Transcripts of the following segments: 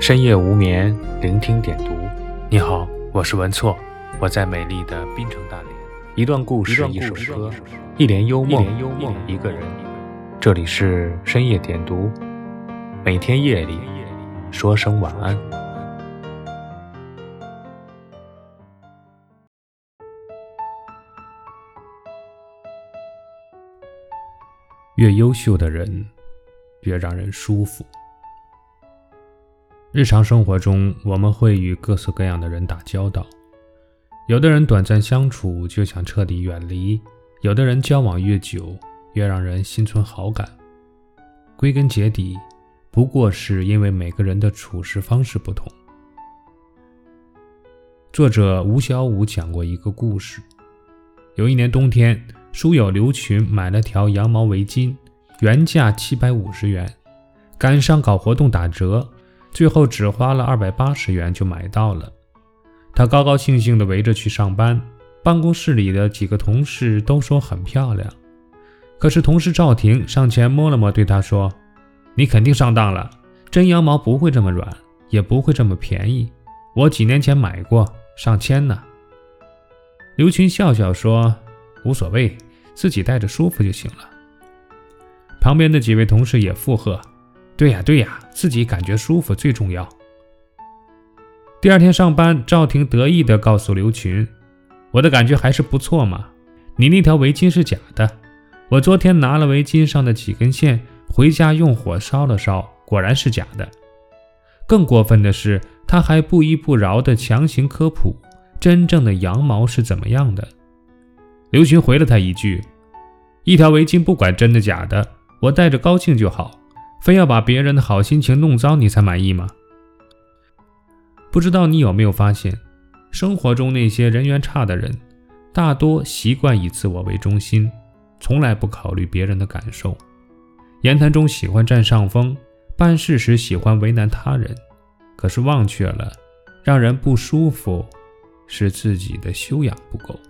深夜无眠，聆听点读。你好，我是文措，我在美丽的槟城大连。一段故事，一首歌，一帘幽梦，一个人。这里是深夜点读，每天夜里说声晚安。越优秀的人，越让人舒服。日常生活中，我们会与各色各样的人打交道，有的人短暂相处就想彻底远离，有的人交往越久越让人心存好感。归根结底，不过是因为每个人的处事方式不同。作者吴小武讲过一个故事，有一年冬天，书友刘群买了条羊毛围巾，原价750元，赶上搞活动打折，最后只花了280元就买到了。他高高兴兴地围着去上班，办公室里的几个同事都说很漂亮。可是同事赵婷上前摸了摸，对他说：“你肯定上当了，真羊毛不会这么软，也不会这么便宜，我几年前买过，上千呢。”刘群笑笑说：“无所谓，自己戴着舒服就行了。”旁边的几位同事也附和：“对呀，自己感觉舒服最重要。”第二天上班，赵婷得意地告诉刘群：“我的感觉还是不错嘛，你那条围巾是假的，我昨天拿了围巾上的几根线回家用火烧了烧，果然是假的。”更过分的是，他还不依不饶地强行科普真正的羊毛是怎么样的。刘群回了他一句：“一条围巾不管真的假的，我戴着高兴就好，非要把别人的好心情弄糟你才满意吗？”不知道你有没有发现，生活中那些人缘差的人，大多习惯以自我为中心，从来不考虑别人的感受，言谈中喜欢占上风，办事时喜欢为难他人，可是忘却了让人不舒服是自己的修养不够。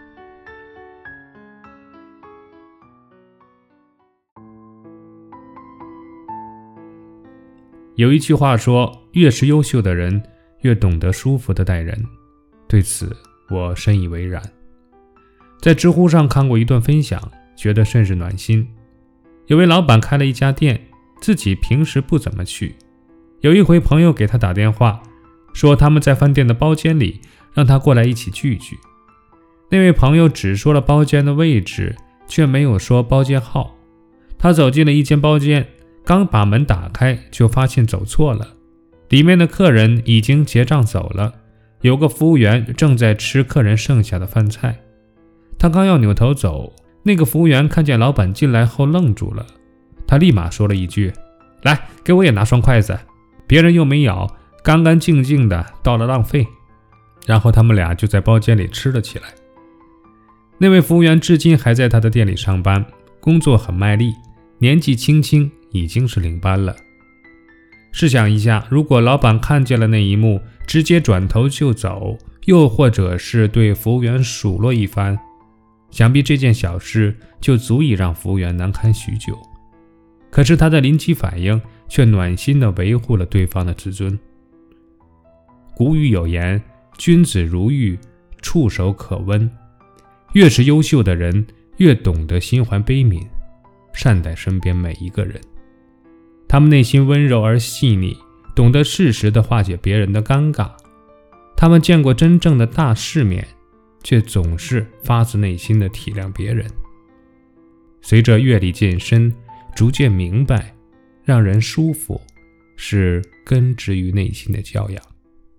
有一句话说，越是优秀的人越懂得舒服地待人，对此我深以为然。在知乎上看过一段分享，觉得甚是暖心。有位老板开了一家店，自己平时不怎么去，有一回朋友给他打电话，说他们在饭店的包间里，让他过来一起聚一聚。那位朋友只说了包间的位置，却没有说包间号。他走进了一间包间，刚把门打开就发现走错了，里面的客人已经结账走了，有个服务员正在吃客人剩下的饭菜。他刚要扭头走，那个服务员看见老板进来后愣住了，他立马说了一句：“来，给我也拿双筷子，别人又没咬，干干净净的，倒了浪费。”然后他们俩就在包间里吃了起来。那位服务员至今还在他的店里上班，工作很卖力，年纪轻轻已经是领班了。试想一下，如果老板看见了那一幕，直接转头就走，又或者是对服务员数落一番，想必这件小事就足以让服务员难堪许久。可是他的临机反应却暖心地维护了对方的自尊。古语有言，君子如玉，触手可温。越是优秀的人，越懂得心怀悲悯，善待身边每一个人。他们内心温柔而细腻，懂得适时地化解别人的尴尬。他们见过真正的大世面，却总是发自内心地体谅别人。随着阅历渐深，逐渐明白，让人舒服是根植于内心的教养。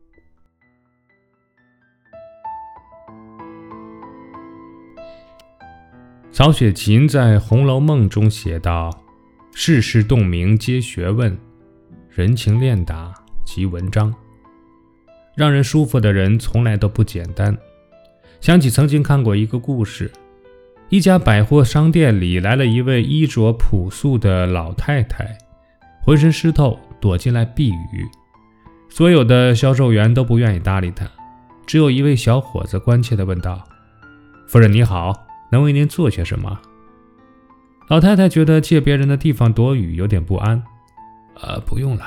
曹雪芹在《红楼梦》中写道：“世事洞明皆学问，人情练达即文章。”让人舒服的人从来都不简单。想起曾经看过一个故事，一家百货商店里来了一位衣着朴素的老太太，浑身湿透，躲进来避雨。所有的销售员都不愿意搭理她，只有一位小伙子关切地问道：“夫人你好，能为您做些什么？”老太太觉得借别人的地方躲雨有点不安。不用了，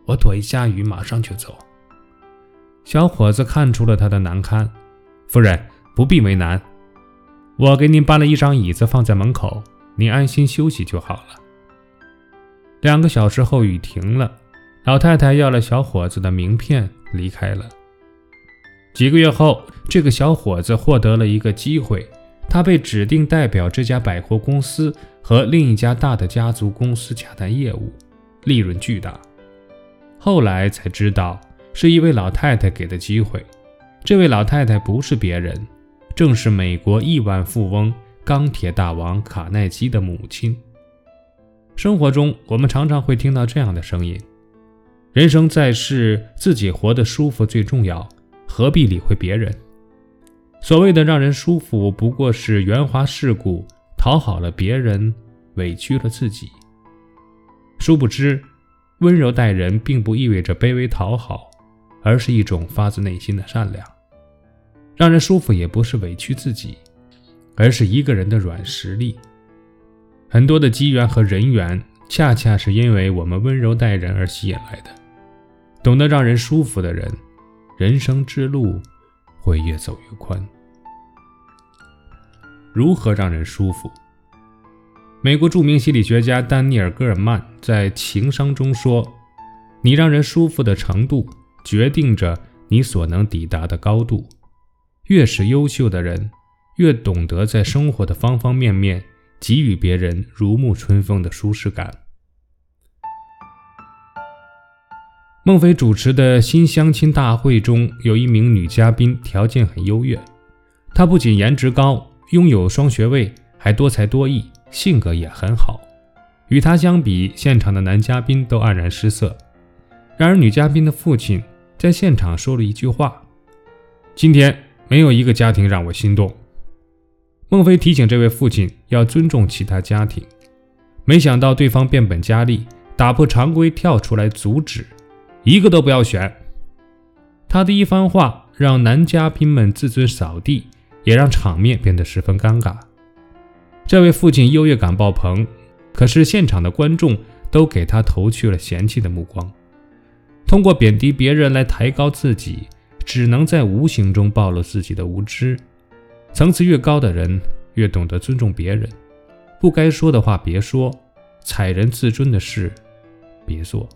我躲一下雨马上就走。小伙子看出了他的难堪，夫人不必为难，我给您搬了一张椅子放在门口，您安心休息就好了。2个小时后雨停了，老太太要了小伙子的名片离开了。几个月后，这个小伙子获得了一个机会，他被指定代表这家百货公司和另一家大的家族公司洽谈业务，利润巨大。后来才知道是一位老太太给的机会，这位老太太不是别人，正是美国亿万富翁钢铁大王卡耐基的母亲。生活中我们常常会听到这样的声音：人生在世，自己活得舒服最重要，何必理会别人？所谓的让人舒服，不过是圆滑世故，讨好了别人，委屈了自己。殊不知，温柔待人并不意味着卑微讨好，而是一种发自内心的善良。让人舒服也不是委屈自己，而是一个人的软实力。很多的机缘和人缘，恰恰是因为我们温柔待人而吸引来的。懂得让人舒服的人，人生之路会越走越宽。如何让人舒服？美国著名心理学家丹尼尔·戈尔曼在情商中说，你让人舒服的程度决定着你所能抵达的高度。越是优秀的人，越懂得在生活的方方面面给予别人如沐春风的舒适感。孟非主持的新相亲大会中，有一名女嘉宾条件很优越，她不仅颜值高，拥有双学位，还多才多艺，性格也很好。与她相比，现场的男嘉宾都黯然失色。然而女嘉宾的父亲在现场说了一句话：今天没有一个家庭让我心动。孟非提醒这位父亲要尊重其他家庭，没想到对方变本加厉，打破常规跳出来阻止，一个都不要选。他的一番话让男嘉宾们自尊扫地，也让场面变得十分尴尬。这位父亲优越感爆棚，可是现场的观众都给他投去了嫌弃的目光。通过贬低别人来抬高自己，只能在无形中暴露自己的无知。层次越高的人，越懂得尊重别人，不该说的话别说，踩人自尊的事别做。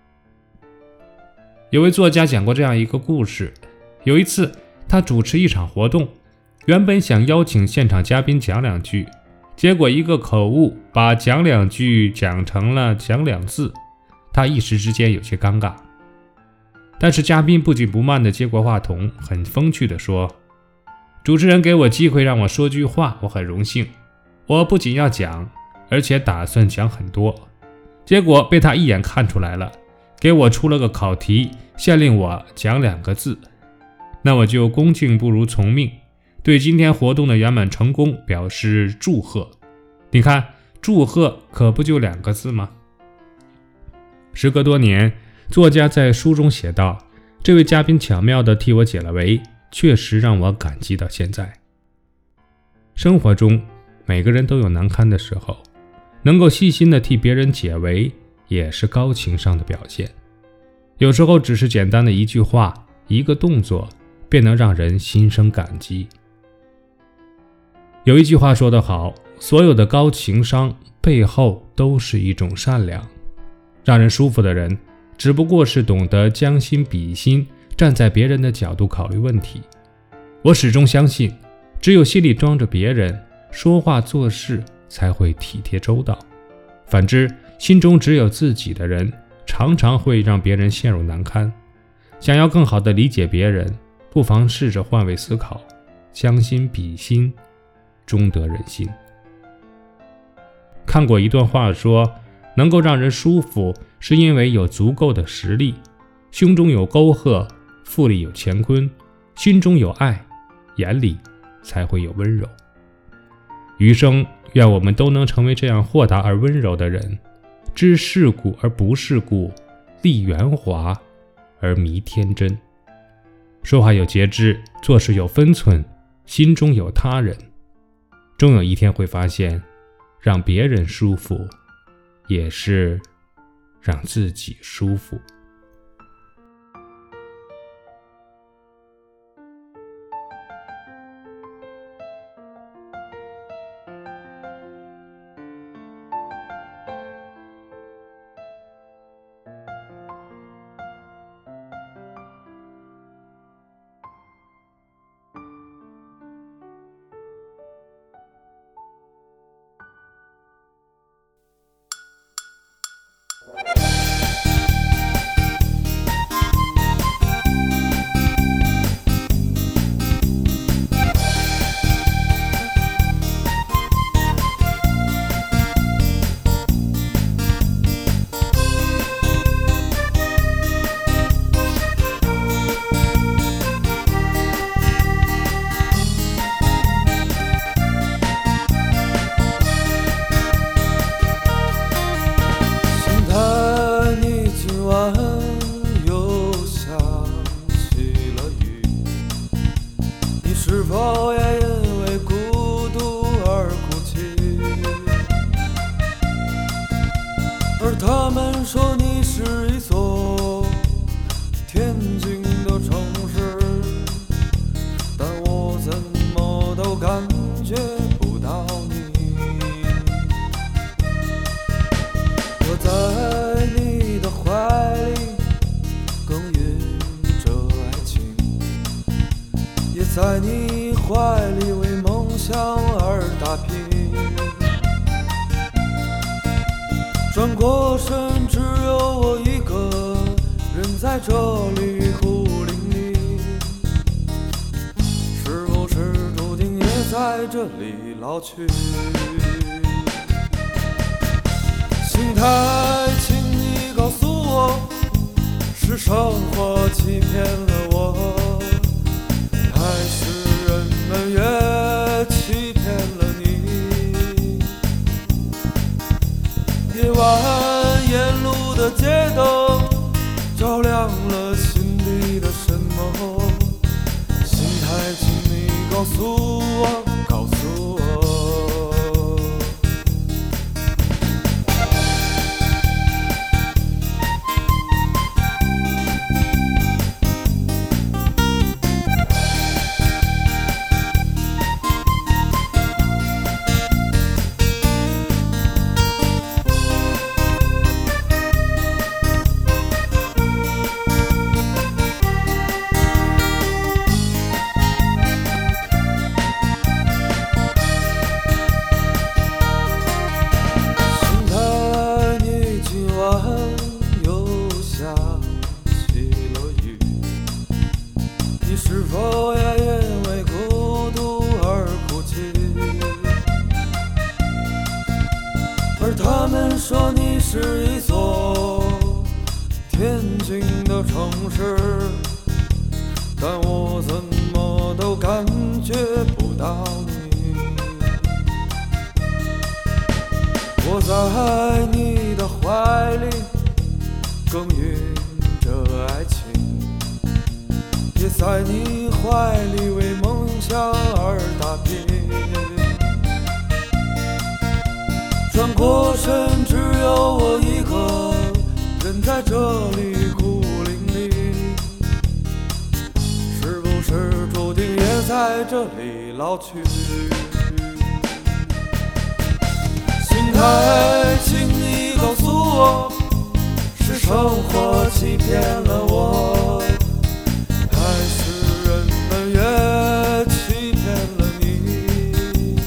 有位作家讲过这样一个故事，有一次他主持一场活动，原本想邀请现场嘉宾讲2句，结果一个口误，把讲2句讲成了讲2字，他一时之间有些尴尬。但是嘉宾不紧不慢地接过话筒，很风趣地说，主持人给我机会让我说句话，我很荣幸。我不仅要讲，而且打算讲很多。结果被他一眼看出来了，给我出了个考题，限令我讲2个字。那我就恭敬不如从命，对今天活动的圆满成功表示祝贺。你看，祝贺可不就2个字吗？时隔多年，作家在书中写道，这位嘉宾巧妙地替我解了围，确实让我感激到现在。生活中每个人都有难堪的时候，能够细心地替别人解围，也是高情商的表现。有时候只是简单的一句话，一个动作，便能让人心生感激。有一句话说得好，所有的高情商背后都是一种善良。让人舒服的人，只不过是懂得将心比心，站在别人的角度考虑问题。我始终相信，只有心里装着别人，说话做事才会体贴周到。反之，心中只有自己的人，常常会让别人陷入难堪。想要更好地理解别人，不妨试着换位思考，将心比心，终得人心。看过一段话说，能够让人舒服，是因为有足够的实力，胸中有沟壑，腹里有乾坤，心中有爱，眼里才会有温柔。余生，愿我们都能成为这样豁达而温柔的人，知世故而不世故，立圆滑而弥天真。说话有节制，做事有分寸，心中有他人，终有一天会发现，让别人舒服，也是让自己舒服。 而他们说你是一座天津的城市，但我怎么都感觉不到你。我在你的怀里耕耘着爱情，也在你怀里为梦想而打拼。转过身，只有我一个人在这里孤零零，是不是注定也在这里老去？心态，请你告诉我，是生活欺骗了我，还是人们也欺骗了你？夜晚沿路的街灯照亮了心底的什么？心态，请你告诉我，告诉我。又下起了雨，你是否也因为孤独而哭泣？而他们说你是一座天津的城市，但我怎么都感觉不到你。我在你的怀里耕耘着爱情，也在你怀里为梦想而打拼。转过身，只有我一个人在这里孤零零，是不是注定也在这里老去？心态，请你告诉我，是生活欺骗了我，还是人们也欺骗了你？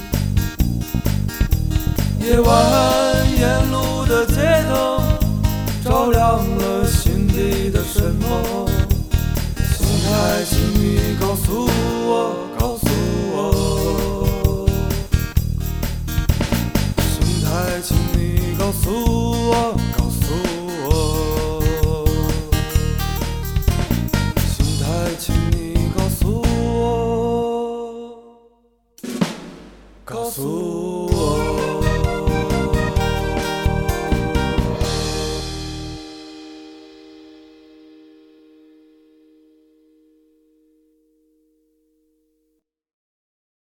夜晚沿路的街灯照亮了心底的什么？心态，请你告诉我，告诉我。请你告诉我，告诉我。心态，请你告诉我，告诉我。